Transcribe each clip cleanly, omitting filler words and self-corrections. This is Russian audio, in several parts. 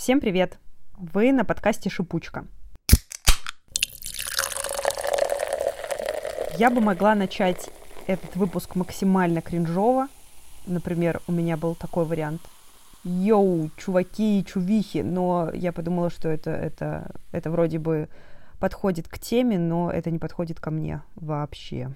Всем привет! Вы на подкасте «Шипучка». Я бы могла начать этот выпуск максимально кринжово. Например, у меня был такой вариант. Йоу, чуваки и чувихи. Но я подумала, что это вроде бы подходит к теме, но это не подходит ко мне вообще.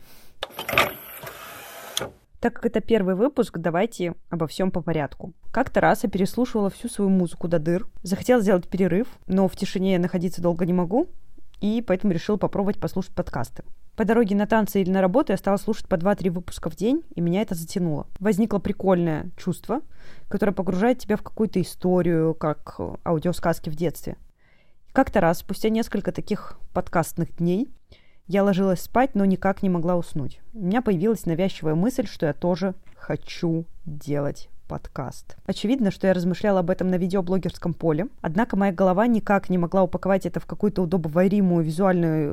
Так как это первый выпуск, давайте обо всем по порядку. Как-то раз я переслушивала всю свою музыку до дыр, захотела сделать перерыв, но в тишине я находиться долго не могу, и поэтому решила попробовать послушать подкасты. По дороге на танцы или на работу я стала слушать по 2-3 выпуска в день, и меня это затянуло. Возникло прикольное чувство, которое погружает тебя в какую-то историю, как аудиосказки в детстве. Как-то раз, спустя несколько таких подкастных дней, я ложилась спать, но никак не могла уснуть. У меня появилась навязчивая мысль, что я тоже хочу делать подкаст. Очевидно, что я размышляла об этом на видеоблогерском поле, однако моя голова никак не могла упаковать это в какую-то удобоваримую визуальную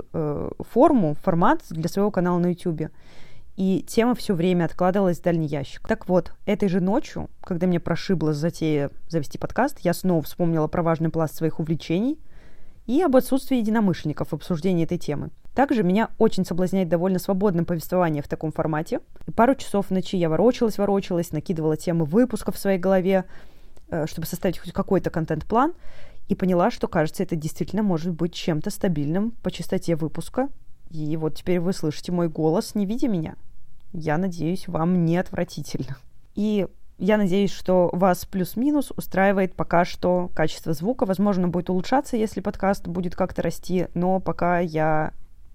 формат для своего канала на YouTube. И тема все время откладывалась в дальний ящик. Так вот, этой же ночью, когда меня прошибла затея завести подкаст, я снова вспомнила про важный пласт своих увлечений и об отсутствии единомышленников в обсуждении этой темы. Также меня очень соблазняет довольно свободное повествование в таком формате. И пару часов в ночи я ворочалась, накидывала темы выпусков в своей голове, чтобы составить хоть какой-то контент-план, и поняла, что, кажется, это действительно может быть чем-то стабильным по частоте выпуска. И вот теперь вы слышите мой голос, не видя меня. Я надеюсь, вам не отвратительно. И я надеюсь, что вас плюс-минус устраивает пока что качество звука. Возможно, будет улучшаться, если подкаст будет как-то расти, но пока я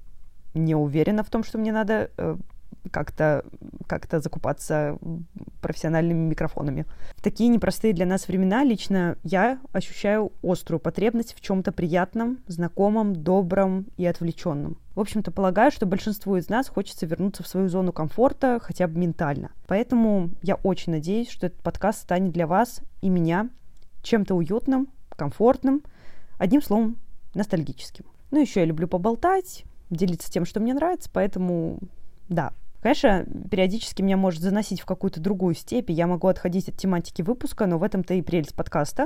не уверена в том, что мне надо как-то закупаться профессиональными микрофонами. В такие непростые для нас времена лично я ощущаю острую потребность в чем-то приятном, знакомом, добром и отвлеченном. В общем-то, полагаю, что большинству из нас хочется вернуться в свою зону комфорта, хотя бы ментально. Поэтому я очень надеюсь, что этот подкаст станет для вас и меня чем-то уютным, комфортным, одним словом, ностальгическим. Ну, еще я люблю поболтать, делиться тем, что мне нравится, поэтому да. Конечно, периодически меня может заносить в какую-то другую степь, и я могу отходить от тематики выпуска, но в этом-то и прелесть подкаста.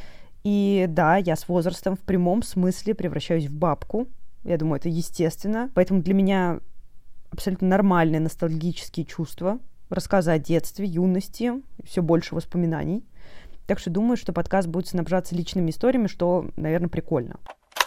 И да, я с возрастом в прямом смысле превращаюсь в бабку. Я думаю, это естественно. Поэтому для меня абсолютно нормальные ностальгические чувства, рассказы о детстве, юности, все больше воспоминаний. Так что думаю, что подкаст будет снабжаться личными историями, что, наверное, прикольно.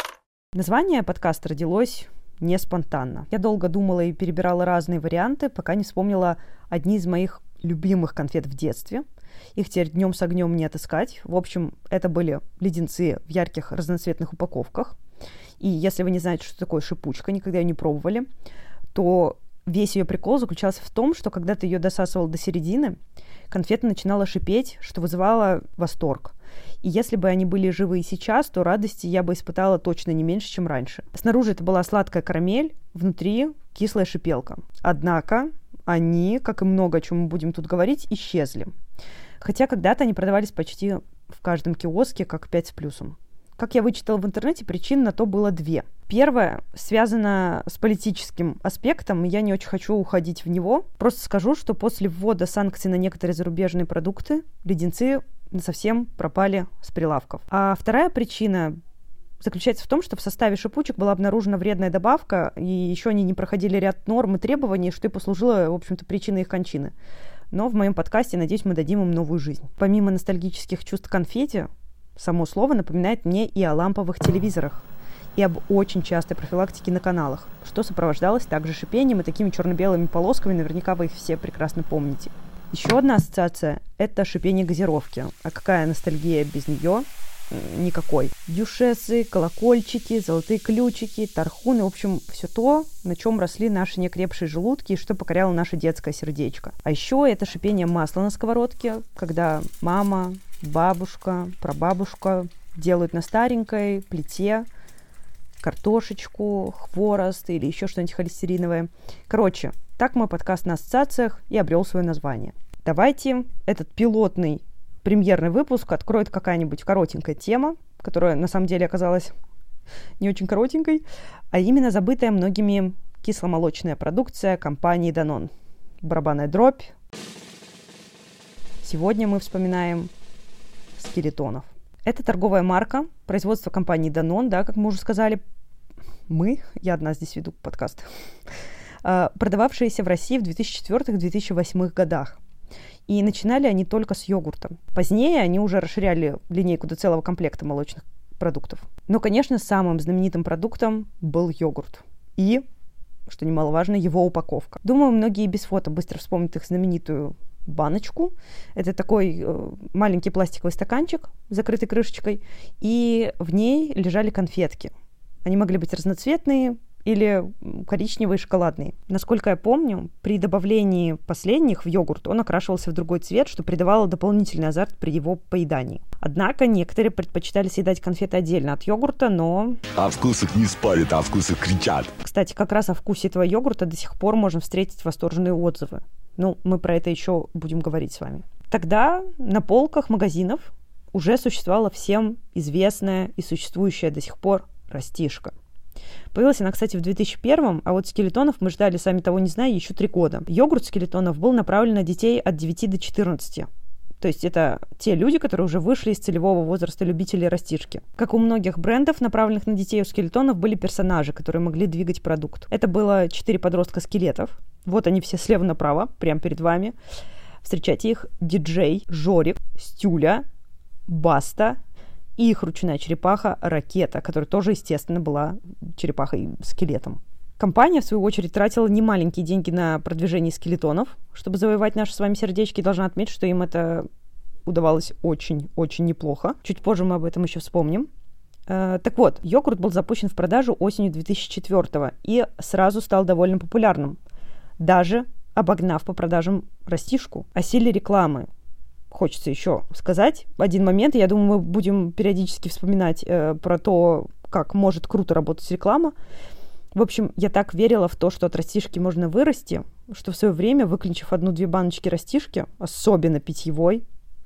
Название подкаста родилось не спонтанно. Я долго думала и перебирала разные варианты, пока не вспомнила одни из моих любимых конфет в детстве. Их теперь днем с огнем не отыскать. В общем, это были леденцы в ярких разноцветных упаковках. И если вы не знаете, что такое шипучка, никогда ее не пробовали, то весь ее прикол заключался в том, что когда ты ее досасывал до середины, конфета начинала шипеть, что вызывало восторг. И если бы они были живы и сейчас, то радости я бы испытала точно не меньше, чем раньше. Снаружи это была сладкая карамель, внутри кислая шипелка. Однако они, как и много о чем мы будем тут говорить, исчезли. Хотя когда-то они продавались почти в каждом киоске, как 5 с плюсом. Как я вычитала в интернете, причин на то было 2. Первая связана с политическим аспектом, и я не очень хочу уходить в него. Просто скажу, что после ввода санкций на некоторые зарубежные продукты леденцы совсем пропали с прилавков. А вторая причина заключается в том, что в составе шипучек была обнаружена вредная добавка, и еще они не проходили ряд норм и требований, что и послужило, в общем-то, причиной их кончины. Но в моем подкасте, надеюсь, мы дадим им новую жизнь. Помимо ностальгических чувств к конфете, само слово напоминает мне и о ламповых телевизорах, и об очень частой профилактике на каналах, что сопровождалось также шипением и такими черно-белыми полосками, наверняка вы их все прекрасно помните. Еще одна ассоциация – это шипение газировки. А какая ностальгия без нее? Никакой. Дюшесы, колокольчики, золотые ключики, тархуны. В общем, все то, на чем росли наши неокрепшие желудки и что покоряло наше детское сердечко. А еще это шипение масла на сковородке, когда мама, бабушка, прабабушка делают на старенькой плите картошечку, хворост или еще что-нибудь холестериновое. Короче, так мой подкаст на ассоциациях и обрел свое название. Давайте этот пилотный премьерный выпуск откроет какая-нибудь коротенькая тема, которая на самом деле оказалась не очень коротенькой, а именно забытая многими кисломолочная продукция компании Danone. Барабанная дробь. Сегодня мы вспоминаем скелетонов. Это торговая марка, производство компании Danone, да, как мы уже сказали. Я одна здесь веду подкаст. Продававшиеся в России в 2004-2008 годах. И начинали они только с йогурта. Позднее они уже расширяли линейку до целого комплекта молочных продуктов. Но, конечно, самым знаменитым продуктом был йогурт. И, что немаловажно, его упаковка. Думаю, многие без фото быстро вспомнят их знаменитую баночку. Это такой маленький пластиковый стаканчик, закрытый крышечкой, и в ней лежали конфетки. Они могли быть разноцветные или коричневые, шоколадные. Насколько я помню, при добавлении последних в йогурт он окрашивался в другой цвет, что придавало дополнительный азарт при его поедании. Однако некоторые предпочитали съедать конфеты отдельно от йогурта, но... О вкусах не спорят, о вкусах кричат. Кстати, как раз о вкусе этого йогурта до сих пор можно встретить восторженные отзывы. Мы про это еще будем говорить с вами. Тогда на полках магазинов уже существовала всем известная и существующая до сих пор растишка. Появилась она, кстати, в 2001, а вот скелетонов мы ждали, сами того не зная, еще 3 года. Йогурт скелетонов был направлен на детей от 9 до 14. То есть это те люди, которые уже вышли из целевого возраста любителей растишки. Как у многих брендов, направленных на детей, у скелетонов были персонажи, которые могли двигать продукт. Это было 4 подростка-скелетов. Вот они все слева направо, прямо перед вами. Встречайте их: Диджей, Жорик, Стюля, Баста и их ручная черепаха Ракета, которая тоже, естественно, была черепахой-скелетом. Компания, в свою очередь, тратила немаленькие деньги на продвижение скелетонов, чтобы завоевать наши с вами сердечки. И должна отметить, что им это удавалось очень-очень неплохо. Чуть позже мы об этом еще вспомним. Так вот, йогурт был запущен в продажу осенью 2004-го и сразу стал довольно популярным, даже обогнав по продажам растишку. О силе рекламы хочется еще сказать один момент. Я думаю, мы будем периодически вспоминать про то, как может круто работать реклама. В общем, я так верила в то, что от растишки можно вырасти, что в свое время, выклинчив 1-2 баночки растишки, особенно питьевой,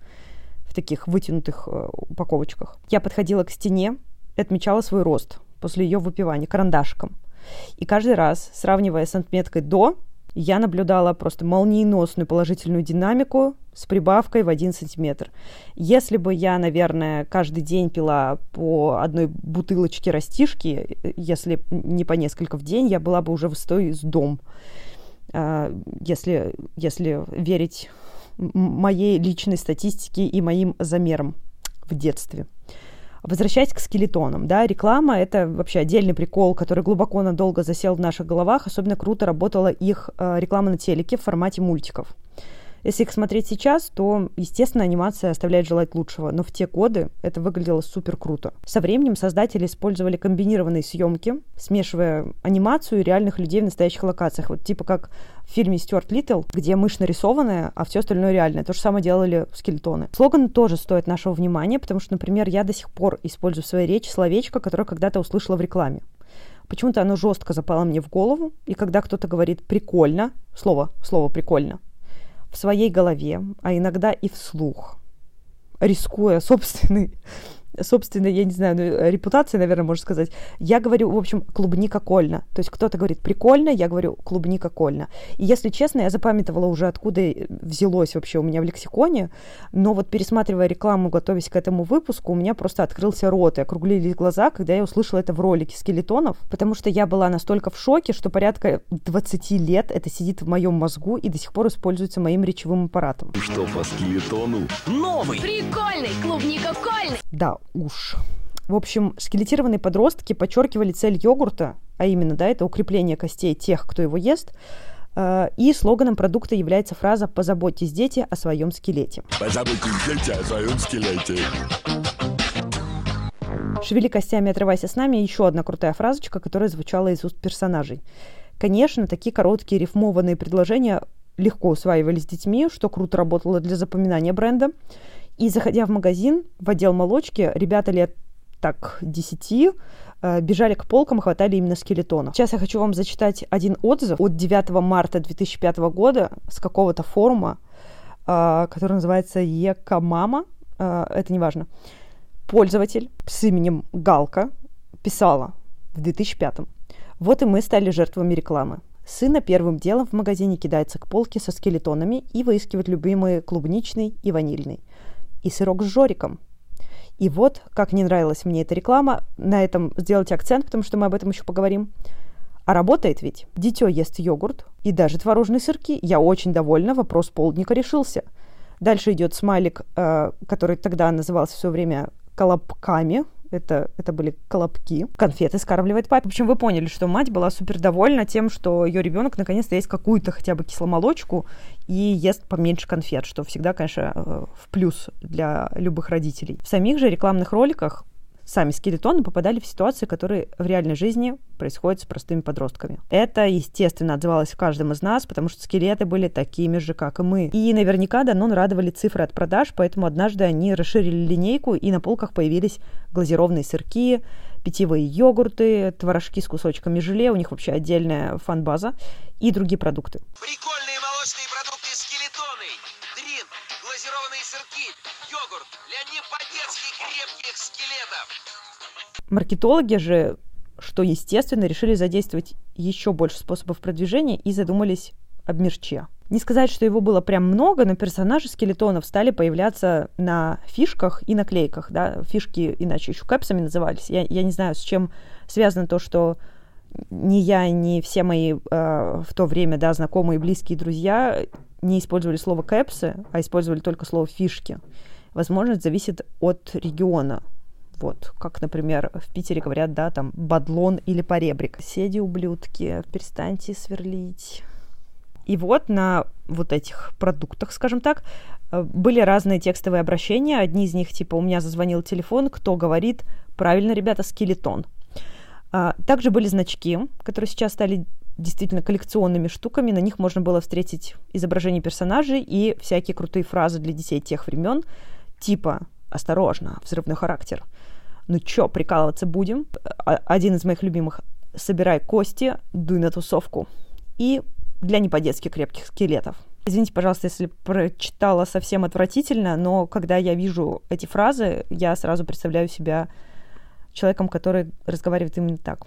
в таких вытянутых упаковочках, я подходила к стене и отмечала свой рост после ее выпивания карандашиком. И каждый раз, сравнивая с отметкой «до», я наблюдала просто молниеносную положительную динамику с прибавкой в 1 сантиметр. Если бы я, наверное, каждый день пила по 1 бутылочке растишки, если не по несколько в день, я была бы уже высотой с дом. Если верить моей личной статистике и моим замерам в детстве. Возвращаясь к скелетонам, да, реклама – это вообще отдельный прикол, который глубоко надолго засел в наших головах. Особенно круто работала их реклама на телеке в формате мультиков. Если их смотреть сейчас, то, естественно, анимация оставляет желать лучшего, но в те годы это выглядело супер круто. Со временем создатели использовали комбинированные съемки, смешивая анимацию и реальных людей в настоящих локациях. Вот типа как в фильме «Стюарт Литтл», где мышь нарисованная, а все остальное реальное. То же самое делали скелетоны. Слоганы тоже стоят нашего внимания, потому что, например, я до сих пор использую в своей речи словечко, которое когда-то услышала в рекламе. Почему-то оно жестко запало мне в голову, и когда кто-то говорит «прикольно», слово «прикольно», в своей голове, а иногда и вслух, рискуя собственной, я не знаю, репутацией, наверное, можно сказать, я говорю, в общем, клубника-кольно. То есть кто-то говорит прикольно, я говорю клубника-кольно. И, если честно, я запамятовала уже, откуда взялось вообще у меня в лексиконе, но вот пересматривая рекламу, готовясь к этому выпуску, у меня просто открылся рот и округлились глаза, когда я услышала это в ролике скелетонов, потому что я была настолько в шоке, что порядка 20 лет это сидит в моем мозгу и до сих пор используется моим речевым аппаратом. Что по скелетону? Новый! Прикольный! Клубника-кольный! Да уж. В общем, скелетированные подростки подчеркивали цель йогурта, а именно, да, это укрепление костей тех, кто его ест, и слоганом продукта является фраза «Позаботьтесь, дети, о своем скелете». Позаботьтесь, дети, о своем скелете. «Шевели костями, отрывайся с нами» — еще одна крутая фразочка, которая звучала из уст персонажей. Конечно, такие короткие рифмованные предложения легко усваивались детьми, что круто работало для запоминания бренда. И, заходя в магазин, в отдел молочки, ребята лет 10 бежали к полкам и хватали именно скелетонов. Сейчас я хочу вам зачитать один отзыв от 9 марта 2005 года с какого-то форума, который называется Екамама. Это неважно. Пользователь с именем Галка писала в 2005-м: «Вот и мы стали жертвами рекламы. Сына первым делом в магазине кидается к полке со скелетонами и выискивает любимые клубничный и ванильный. И сырок с Жориком. И вот, как не нравилась мне эта реклама, на этом сделайте акцент, потому что мы об этом еще поговорим. А работает ведь. Дитё ест йогурт и даже творожные сырки. Я очень довольна, вопрос полдника решился. Дальше идет смайлик, который тогда назывался все время колобками. Это были колобки. Конфеты скармливает папе. В общем, вы поняли, что мать была супер довольна тем, что ее ребенок наконец-то ест какую-то хотя бы кисломолочку и ест поменьше конфет, что всегда, конечно, в плюс для любых родителей. В самих же рекламных роликах сами скелетоны попадали в ситуации, которые в реальной жизни происходят с простыми подростками. Это, естественно, отзывалось в каждом из нас, потому что скелеты были такими же, как и мы. И наверняка Данон радовали цифры от продаж, поэтому однажды они расширили линейку, и на полках появились глазированные сырки, питьевые йогурты, творожки с кусочками желе, у них вообще отдельная фан-база, и другие продукты. Прикольные молочные продукты скелетоны, дрин, глазированные сырки, йогурт для не по-детски крепких скелетов. Маркетологи же, что естественно, решили задействовать еще больше способов продвижения и задумались об мерче. Не сказать, что его было прям много, но персонажи скелетонов стали появляться на фишках и наклейках. Да? Фишки иначе еще кэпсами назывались. Я не знаю, с чем связано то, что ни я, ни все мои в то время знакомые, близкие друзья не использовали слово кэпсы, а использовали только слово фишки. Возможно, это зависит от региона. Вот, как, например, в Питере говорят, там, бадлон или поребрик. Соседи, ублюдки, перестаньте сверлить. И вот на вот этих продуктах, скажем так, были разные текстовые обращения. Одни из них, типа, у меня зазвонил телефон, кто говорит, правильно, ребята, скелетон. Также были значки, которые сейчас стали действительно коллекционными штуками. На них можно было встретить изображения персонажей и всякие крутые фразы для детей тех времен, типа «Осторожно, взрывной характер». «Ну чё, прикалываться будем?» Один из моих любимых «Собирай кости, дуй на тусовку». И для не по-детски крепких скелетов. Извините, пожалуйста, если прочитала совсем отвратительно, но когда я вижу эти фразы, я сразу представляю себя человеком, который разговаривает именно так.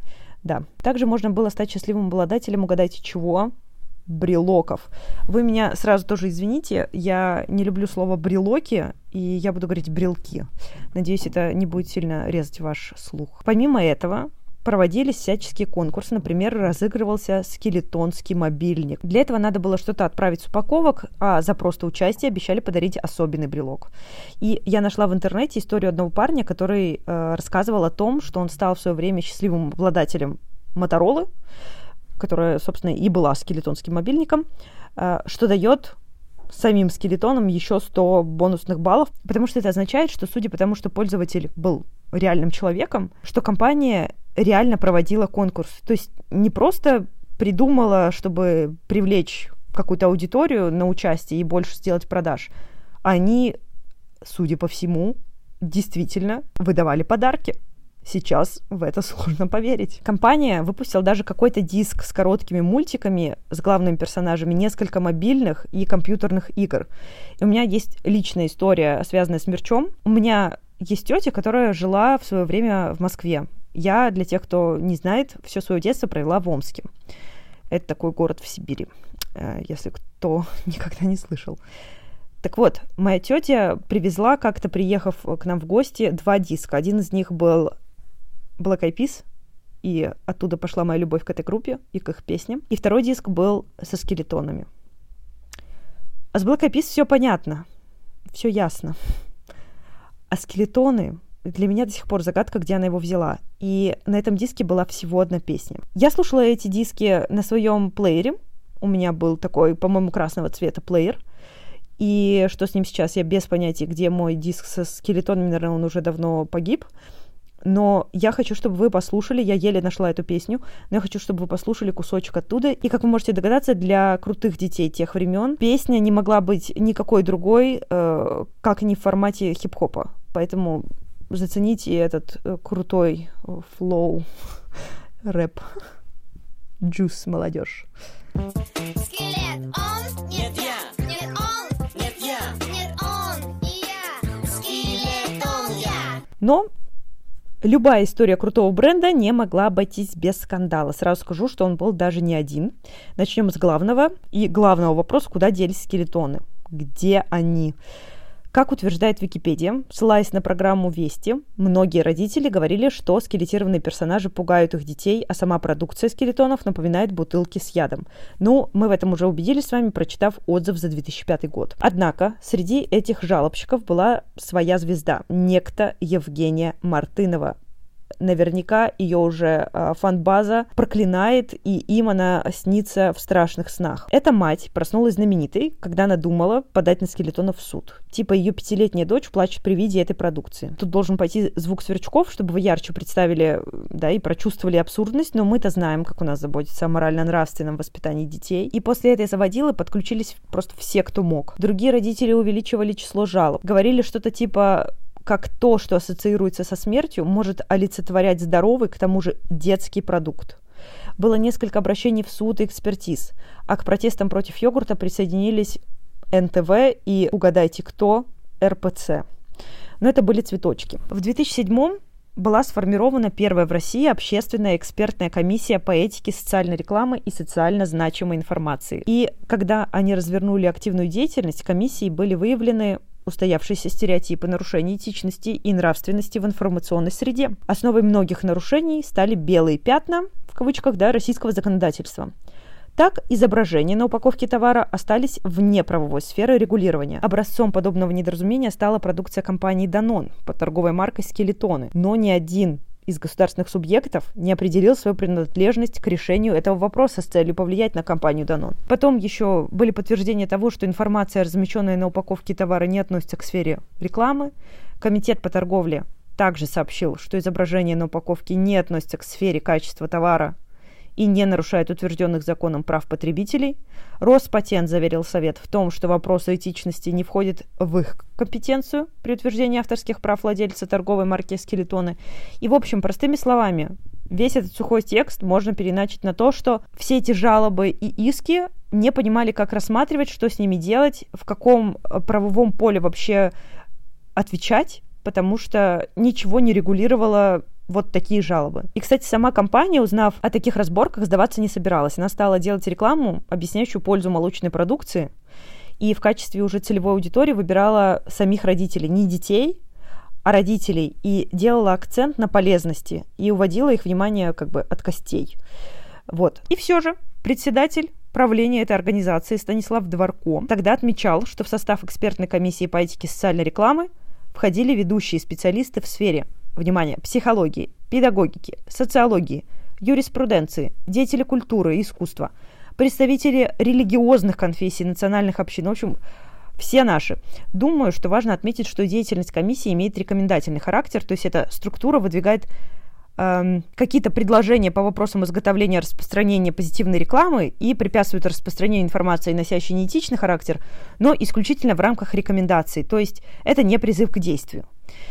Да. Также можно было стать счастливым обладателем, угадайте чего? Брелоков. Вы меня сразу тоже извините, я не люблю слово брелоки, и я буду говорить брелки. Надеюсь, это не будет сильно резать ваш слух. Помимо этого, проводились всяческие конкурсы. Например, разыгрывался скелетонский мобильник. Для этого надо было что-то отправить с упаковок, а за просто участие обещали подарить особенный брелок. И я нашла в интернете историю одного парня, который рассказывал о том, что он стал в свое время счастливым обладателем Моторолы, которая, собственно, и была скелетонским мобильником, что дает самим скелетонам еще 100 бонусных баллов, потому что это означает, что, судя по тому, что пользователь был реальным человеком, что компания реально проводила конкурс. То есть не просто придумала, чтобы привлечь какую-то аудиторию на участие и больше сделать продаж. Они, судя по всему, действительно выдавали подарки. Сейчас в это сложно поверить. Компания выпустила даже какой-то диск с короткими мультиками с главными персонажами, несколько мобильных и компьютерных игр. И у меня есть личная история, связанная с мерчом. У меня есть тетя, которая жила в свое время в Москве. Я, для тех, кто не знает, все свое детство провела в Омске. Это такой город в Сибири, если кто никогда не слышал. Так вот, моя тетя привезла, как-то приехав к нам в гости, 2 диска. Один из них был Black Eyed Peas, и оттуда пошла моя любовь к этой группе и к их песням. И второй диск был со скелетонами. А с Black Eyed Peas все понятно, все ясно. А скелетоны... Для меня до сих пор загадка, где она его взяла. И на этом диске была всего одна песня. Я слушала эти диски на своем плеере. У меня был такой, по-моему, красного цвета плеер. И что с ним сейчас, я без понятия, где мой диск со скелетонами, наверное, он уже давно погиб. Но я хочу, чтобы вы послушали, я еле нашла эту песню, но я хочу, чтобы вы послушали кусочек оттуда. И, как вы можете догадаться, для крутых детей тех времен песня не могла быть никакой другой, как не в формате хип-хопа. Поэтому зацените этот крутой флоу, рэп. Джус, молодежь. Скелет, он? Нет, я. Нет, он? Нет, я. Нет, он и я. Скелетон я. Но любая история крутого бренда не могла обойтись без скандала. Сразу скажу, что он был даже не один. Начнем с главного. И главного вопроса, куда делись скелетоны? Где они? Как утверждает Википедия, ссылаясь на программу «Вести», многие родители говорили, что скелетированные персонажи пугают их детей, а сама продукция скелетонов напоминает бутылки с ядом. Ну, мы в этом уже убедились с вами, прочитав отзыв за 2005 год. Однако, среди этих жалобщиков была своя звезда, некто Евгения Мартынова. Наверняка ее уже фан-база проклинает, и им она снится в страшных снах. Эта мать проснулась знаменитой, когда она думала подать на скелетонов в суд. Типа ее 5-летняя дочь плачет при виде этой продукции. Тут должен пойти звук сверчков, чтобы вы ярче представили, да, и прочувствовали абсурдность, но мы-то знаем, как у нас заботится о морально-нравственном воспитании детей. И после этой заводилы подключились просто все, кто мог. Другие родители увеличивали число жалоб. Говорили что-то типа... как то, что ассоциируется со смертью, может олицетворять здоровый, к тому же детский продукт. Было несколько обращений в суд и экспертиз, а к протестам против йогурта присоединились НТВ и, угадайте кто, РПЦ. Но это были цветочки. В 2007-м была сформирована первая в России общественная экспертная комиссия по этике социальной рекламы и социально значимой информации. И когда они развернули активную деятельность, комиссией были выявлены устоявшиеся стереотипы нарушений этичности и нравственности в информационной среде. Основой многих нарушений стали белые пятна, в кавычках, да, российского законодательства. Так, изображения на упаковке товара остались вне правовой сферы регулирования. Образцом подобного недоразумения стала продукция компании Danone под торговой маркой «Скелетоны». Но ни один из государственных субъектов не определил свою принадлежность к решению этого вопроса с целью повлиять на компанию Danone. Потом еще были подтверждения того, что информация, размещенная на упаковке товара, не относится к сфере рекламы. Комитет по торговле также сообщил, что изображение на упаковке не относится к сфере качества товара и не нарушает утвержденных законом прав потребителей. Роспатент заверил Совет в том, что вопросы этичности не входят в их компетенцию при утверждении авторских прав владельца торговой марки «Скелетоны». И, в общем, простыми словами, весь этот сухой текст можно переначить на то, что все эти жалобы и иски не понимали, как рассматривать, что с ними делать, в каком правовом поле вообще отвечать, потому что ничего не регулировало вот такие жалобы. И, кстати, сама компания, узнав о таких разборках, сдаваться не собиралась. Она стала делать рекламу, объясняющую пользу молочной продукции, и в качестве уже целевой аудитории выбирала самих родителей, не детей, а родителей, и делала акцент на полезности, и уводила их внимание как бы от костей. Вот. И все же председатель правления этой организации Станислав Дворко тогда отмечал, что в состав экспертной комиссии по этике социальной рекламы входили ведущие специалисты в сфере, внимание, психологии, педагогики, социологии, юриспруденции, деятели культуры и искусства, представители религиозных конфессий, национальных общин, в общем, все наши. Думаю, что важно отметить, что деятельность комиссии имеет рекомендательный характер, то есть эта структура выдвигает какие-то предложения по вопросам изготовления и распространения позитивной рекламы и препятствует распространению информации, носящей неэтичный характер, но исключительно в рамках рекомендаций, то есть это не призыв к действию.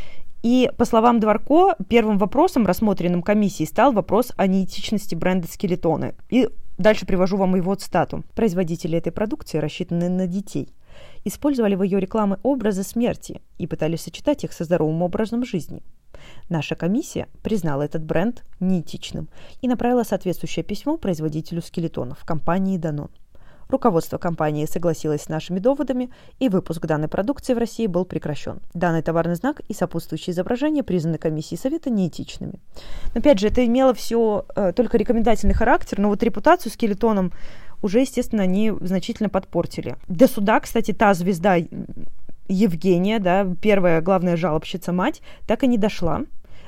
И, по словам Дворко, первым вопросом, рассмотренным комиссией, стал вопрос о неэтичности бренда «Скелетоны». И дальше привожу вам его цитату. Производители этой продукции, рассчитанные на детей, использовали в ее рекламе образы смерти и пытались сочетать их со здоровым образом жизни. Наша комиссия признала этот бренд неэтичным и направила соответствующее письмо производителю скелетонов, компании Danone. Руководство компании согласилось с нашими доводами, и выпуск данной продукции в России был прекращен. Данный товарный знак и сопутствующие изображения признаны комиссией Совета неэтичными. Но, опять же, это имело все только рекомендательный характер, но вот репутацию скелетоном уже, естественно, они значительно подпортили. До суда, кстати, та звезда Евгения, да, первая главная жалобщица мать, так и не дошла,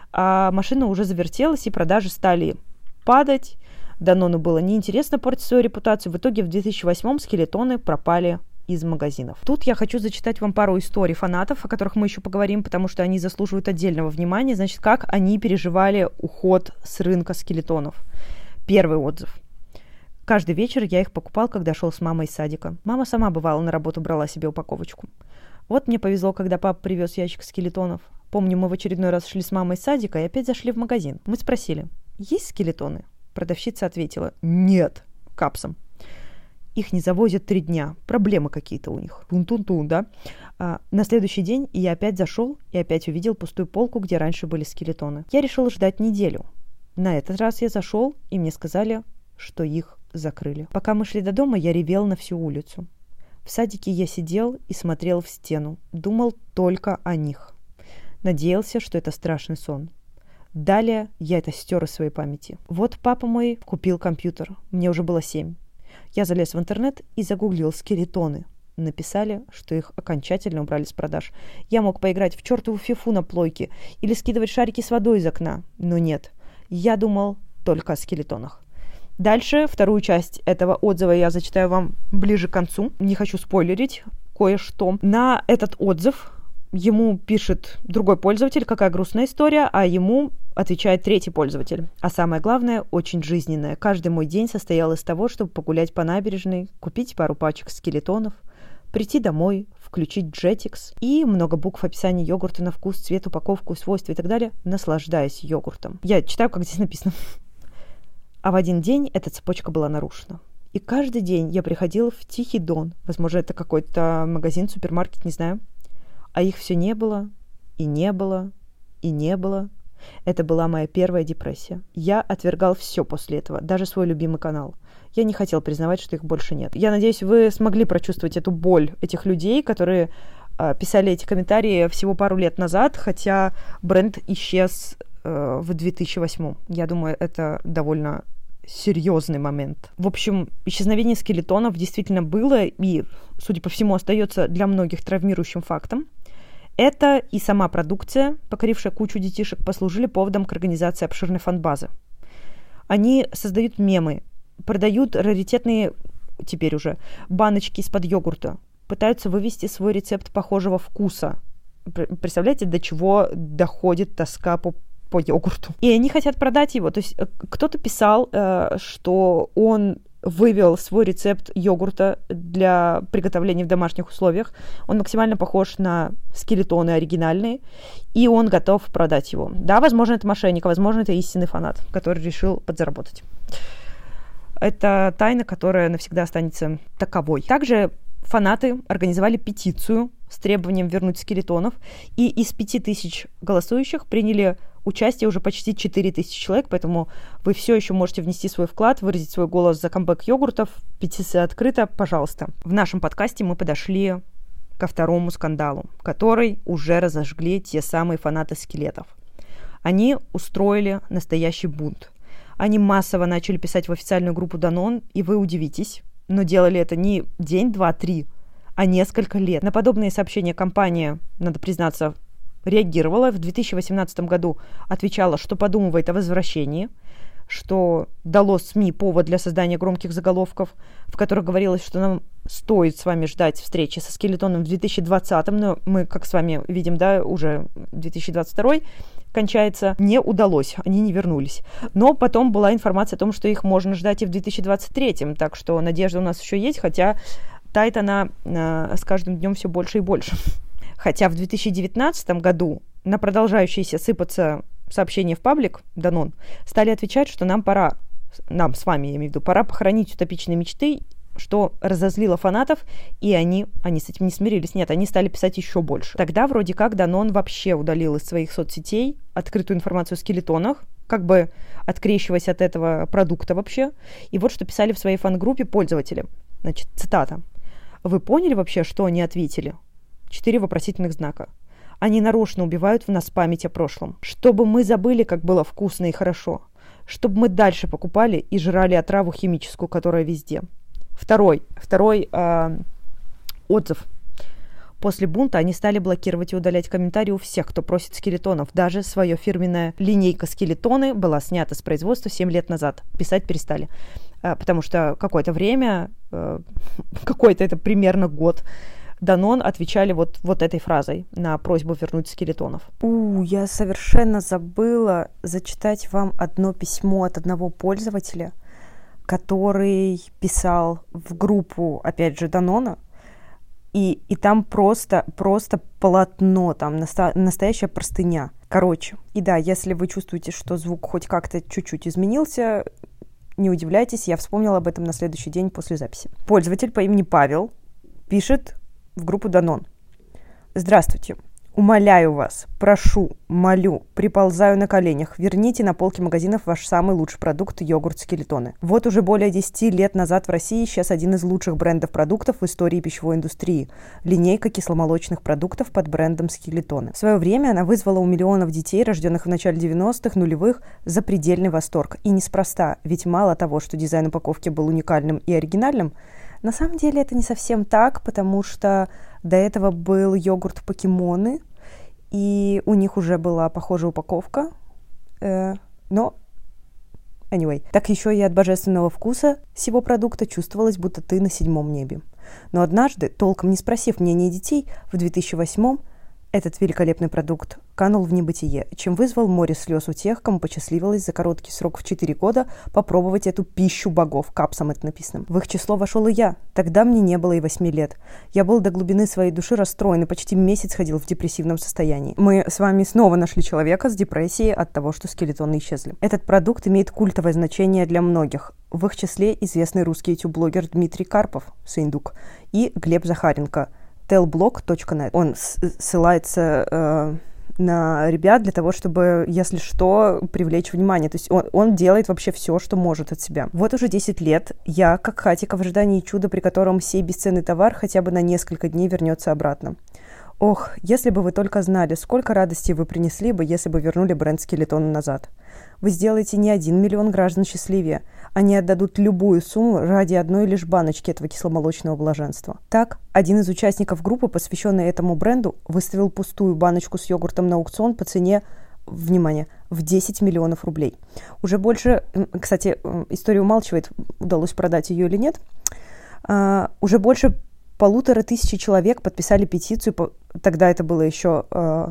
а машина уже завертелась, и продажи стали падать. Данону было неинтересно портить свою репутацию. В итоге в 2008-м скелетоны пропали из магазинов. Тут я хочу зачитать вам пару историй фанатов, о которых мы еще поговорим, потому что они заслуживают отдельного внимания. Значит, как они переживали уход с рынка скелетонов. Первый отзыв. Каждый вечер я их покупал, когда шел с мамой из садика. Мама сама, бывала, на работу брала себе упаковочку. Вот мне повезло, когда папа привез ящик скелетонов. Помню, мы в очередной раз шли с мамой из садика и опять зашли в магазин. Мы спросили, есть скелетоны? Продавщица ответила, нет, капсом. Их не завозят 3 дня, проблемы какие-то у них. Тун-тун-тун, да? На следующий день я опять зашел и опять увидел пустую полку, где раньше были скелетоны. Я решил ждать неделю. На этот раз я зашел, и мне сказали, что их закрыли. Пока мы шли до дома, я ревел на всю улицу. В садике я сидел и смотрел в стену, думал только о них. Надеялся, что это страшный сон. Далее я это стер из своей памяти. Вот папа мой купил компьютер. Мне уже было 7. Я залез в интернет и загуглил скелетоны. Написали, что их окончательно убрали с продаж. Я мог поиграть в чертову фифу на плойке или скидывать шарики с водой из окна. Но нет. Я думал только о скелетонах. Дальше вторую часть этого отзыва я зачитаю вам ближе к концу. Не хочу спойлерить кое-что. На этот отзыв ему пишет другой пользователь, какая грустная история, а ему отвечает третий пользователь. А самое главное, очень жизненное. Каждый мой день состоял из того, чтобы погулять по набережной, купить пару пачек скелетонов, прийти домой, включить Jetix и много букв в описании йогурта на вкус, цвет, упаковку, свойства и так далее, наслаждаясь йогуртом. Я читаю, как здесь написано. А в один день эта цепочка была нарушена. И каждый день я приходила в Тихий Дон. Возможно, это какой-то магазин, супермаркет, не знаю. А их все не было, и не было, и не было. Это была моя первая депрессия. Я отвергал все после этого, даже свой любимый канал. Я не хотел признавать, что их больше нет. Я надеюсь, вы смогли прочувствовать эту боль этих людей, которые писали эти комментарии всего пару лет назад, хотя бренд исчез в 2008. Я думаю, это довольно серьезный момент. В общем, исчезновение скелетонов действительно было и, судя по всему, остается для многих травмирующим фактом. Это и сама продукция, покорившая кучу детишек, послужили поводом к организации обширной фан-базы. Они создают мемы, продают раритетные, теперь уже, баночки из-под йогурта, пытаются вывести свой рецепт похожего вкуса. Представляете, до чего доходит тоска по йогурту. И они хотят продать его. То есть кто-то писал, что он вывел свой рецепт йогурта для приготовления в домашних условиях. Он максимально похож на скелетоны оригинальные, и он готов продать его. Да, возможно, это мошенник, а возможно, это истинный фанат, который решил подзаработать. Это тайна, которая навсегда останется таковой. Также фанаты организовали петицию с требованием вернуть скелетонов, и из 5000 голосующих приняли участие уже почти 4000 человек, поэтому вы все еще можете внести свой вклад, выразить свой голос за камбэк йогуртов. Петиция открыта, пожалуйста. В нашем подкасте мы подошли ко второму скандалу, который уже разожгли те самые фанаты скелетов. Они устроили настоящий бунт. Они массово начали писать в официальную группу Danone, и вы удивитесь, но делали это не день, два, три, а несколько лет. На подобные сообщения компания, надо признаться, реагировала. В 2018 году отвечала, что подумывает о возвращении, что дало СМИ повод для создания громких заголовков, в которых говорилось, что нам стоит с вами ждать встречи со скелетоном в 2020, но мы, как с вами видим, да, уже 2022 кончается, не удалось, они не вернулись. Но потом была информация о том, что их можно ждать и в 2023, так что надежда у нас еще есть, хотя тает она с каждым днем все больше и больше. Хотя в 2019 году на продолжающиеся сыпаться сообщения в паблик Danone стали отвечать, что нам с вами, я имею в виду, пора похоронить утопичные мечты, что разозлило фанатов, и они с этим не смирились. Нет, они стали писать еще больше. Тогда вроде как Danone вообще удалил из своих соцсетей открытую информацию о скелетонах, как бы открещиваясь от этого продукта вообще. И вот что писали в своей фан-группе пользователи. Значит, цитата. «Вы поняли вообще, что они ответили?» 4 вопросительных знака. Они нарочно убивают в нас память о прошлом. Чтобы мы забыли, как было вкусно и хорошо. Чтобы мы дальше покупали и жрали отраву химическую, которая везде. Второй отзыв. После бунта они стали блокировать и удалять комментарии у всех, кто просит скелетонов. Даже свое фирменная линейка скелетоны была снята с производства 7 лет назад. Писать перестали. Потому что какое-то время, это примерно год, Danone отвечали вот этой фразой на просьбу вернуть скелетонов. Я совершенно забыла зачитать вам одно письмо от одного пользователя, который писал в группу, опять же, Danone, и там просто полотно, там настоящая простыня. Короче, и да, если вы чувствуете, что звук хоть как-то чуть-чуть изменился, не удивляйтесь, я вспомнила об этом на следующий день после записи. Пользователь по имени Павел пишет в группу Danone. Здравствуйте. Умоляю вас, прошу, молю, приползаю на коленях, верните на полки магазинов ваш самый лучший продукт – йогурт Скелетоны. Вот уже более 10 лет назад в России исчез один из лучших брендов продуктов в истории пищевой индустрии – линейка кисломолочных продуктов под брендом Скелетоны. В свое время она вызвала у миллионов детей, рожденных в начале 90-х, нулевых, запредельный восторг. И неспроста, ведь мало того, что дизайн упаковки был уникальным и оригинальным, на самом деле это не совсем так, потому что до этого был йогурт «Покемоны», и у них уже была похожая упаковка, но anyway. Так еще и от божественного вкуса всего продукта чувствовалось, будто ты на 7 небе. Но однажды, толком не спросив мнения детей, в 2008-м этот великолепный продукт канул в небытие, чем вызвал море слез у тех, кому посчастливилось за короткий срок в 4 года попробовать эту пищу богов, капсом это написано. В их число вошел и я. Тогда мне не было и 8 лет. Я был до глубины своей души расстроен и почти месяц ходил в депрессивном состоянии. Мы с вами снова нашли человека с депрессией от того, что скелетоны исчезли. Этот продукт имеет культовое значение для многих. В их числе известный русский YouTube-блогер Дмитрий Карпов, Сындук, и Глеб Захаренко, tellblog.net. Он ссылается на ребят для того, чтобы, если что, привлечь внимание. То есть он делает вообще все, что может от себя. Вот уже 10 лет я, как Хатика, в ожидании чуда, при котором сей бесценный товар хотя бы на несколько дней вернется обратно. Ох, если бы вы только знали, сколько радости вы принесли бы, если бы вернули бренд Скелетона назад. Вы сделаете не 1 миллион граждан счастливее. Они отдадут любую сумму ради одной лишь баночки этого кисломолочного блаженства. Так, один из участников группы, посвященной этому бренду, выставил пустую баночку с йогуртом на аукцион по цене, внимание, в 10 миллионов рублей. Уже больше, кстати, история умалчивает, удалось продать ее или нет, уже больше 1500 человек подписали петицию, тогда это было еще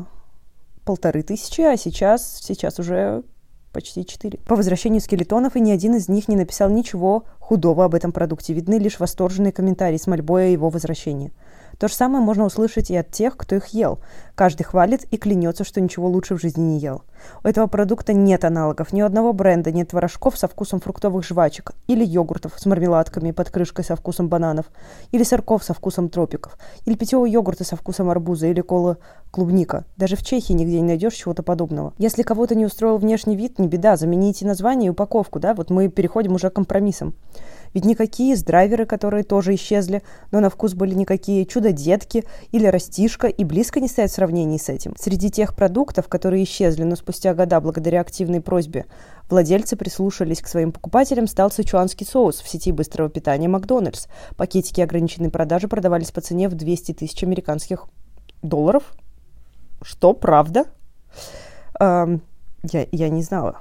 1500, а сейчас уже почти 4. По возвращению скелетонов, и ни один из них не написал ничего худого об этом продукте. Видны лишь восторженные комментарии с мольбой о его возвращении. То же самое можно услышать и от тех, кто их ел. Каждый хвалит и клянется, что ничего лучше в жизни не ел. У этого продукта нет аналогов, ни у одного бренда нет творожков со вкусом фруктовых жвачек, или йогуртов с мармеладками под крышкой со вкусом бананов, или сырков со вкусом тропиков, или питьевого йогурта со вкусом арбуза, или кола клубника. Даже в Чехии нигде не найдешь чего-то подобного. Если кого-то не устроил внешний вид, не беда, замените название и упаковку, да, вот мы переходим уже к компромиссам. Ведь никакие драйверы, которые тоже исчезли, но на вкус были никакие чудо-детки или растишка, и близко не стоят в сравнении с этим. Среди тех продуктов, которые исчезли, но спустя года благодаря активной просьбе владельцы прислушались к своим покупателям, стал сычуанский соус в сети быстрого питания Макдональдс. Пакетики ограниченной продажи продавались по цене в 200 тысяч американских долларов. Что, правда? Я не знала.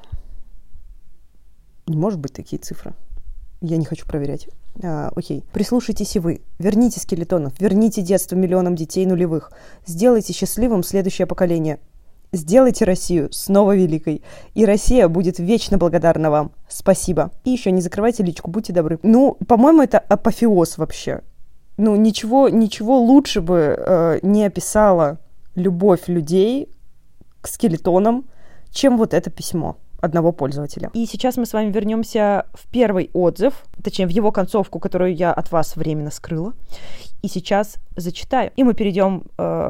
Не может быть такие цифры. Я не хочу проверять. Окей. Прислушайтесь и вы. Верните скелетонов. Верните детство миллионам детей нулевых. Сделайте счастливым следующее поколение. Сделайте Россию снова великой. И Россия будет вечно благодарна вам. Спасибо. И еще не закрывайте личку, будьте добры. Ну, по-моему, это апофеоз вообще. Ну, ничего лучше бы не описала любовь людей к скелетонам, чем вот это письмо одного пользователя. И сейчас мы с вами вернемся в первый отзыв, точнее, в его концовку, которую я от вас временно скрыла. И сейчас зачитаю. И мы перейдем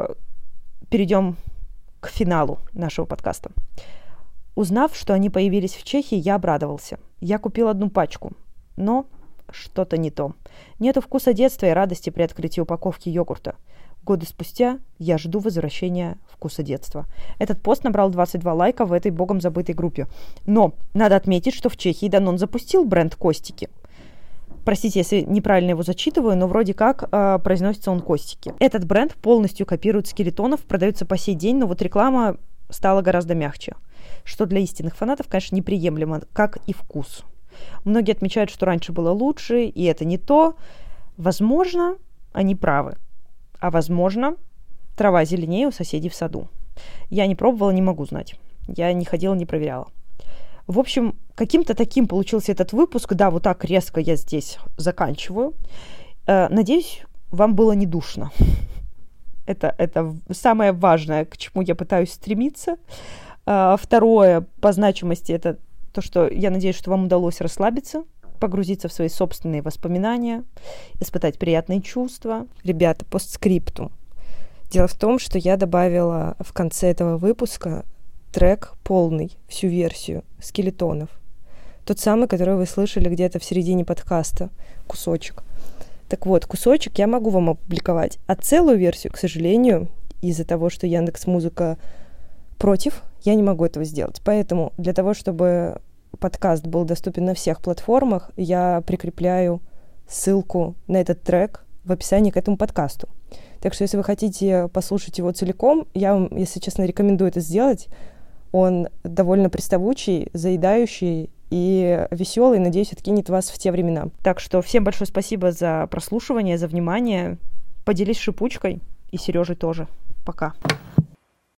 к финалу нашего подкаста. Узнав, что они появились в Чехии, я обрадовался. Я купил 1 пачку, но что-то не то. Нету вкуса детства и радости при открытии упаковки йогурта. Годы спустя я жду возвращения вкуса детства. Этот пост набрал 22 лайка в этой богом забытой группе. Но надо отметить, что в Чехии Данон запустил бренд Костики. Простите, если неправильно его зачитываю, но вроде как произносится он Костики. Этот бренд полностью копирует скелетонов, продается по сей день, но вот реклама стала гораздо мягче. Что для истинных фанатов, конечно, неприемлемо, как и вкус. Многие отмечают, что раньше было лучше, и это не то. Возможно, они правы. А возможно, трава зеленее у соседей в саду. Я не пробовала, не могу знать. Я не ходила, не проверяла. В общем, каким-то таким получился этот выпуск. Да, вот так резко я здесь заканчиваю. Надеюсь, вам было не душно. Это самое важное, к чему я пытаюсь стремиться. Второе по значимости — это то, что я надеюсь, что вам удалось расслабиться, погрузиться в свои собственные воспоминания, испытать приятные чувства. Ребята, постскриптум. Дело в том, что я добавила в конце этого выпуска трек полный, всю версию скелетонов. Тот самый, который вы слышали где-то в середине подкаста, кусочек. Так вот, кусочек я могу вам опубликовать, а целую версию, к сожалению, из-за того, что Яндекс.Музыка против, я не могу этого сделать. Поэтому для того, чтобы подкаст был доступен на всех платформах, я прикрепляю ссылку на этот трек в описании к этому подкасту. Так что, если вы хотите послушать его целиком, я вам, если честно, рекомендую это сделать. Он довольно приставучий, заедающий и веселый, надеюсь, откинет вас в те времена. Так что всем большое спасибо за прослушивание, за внимание. Поделись шипучкой, и Сережей тоже. Пока.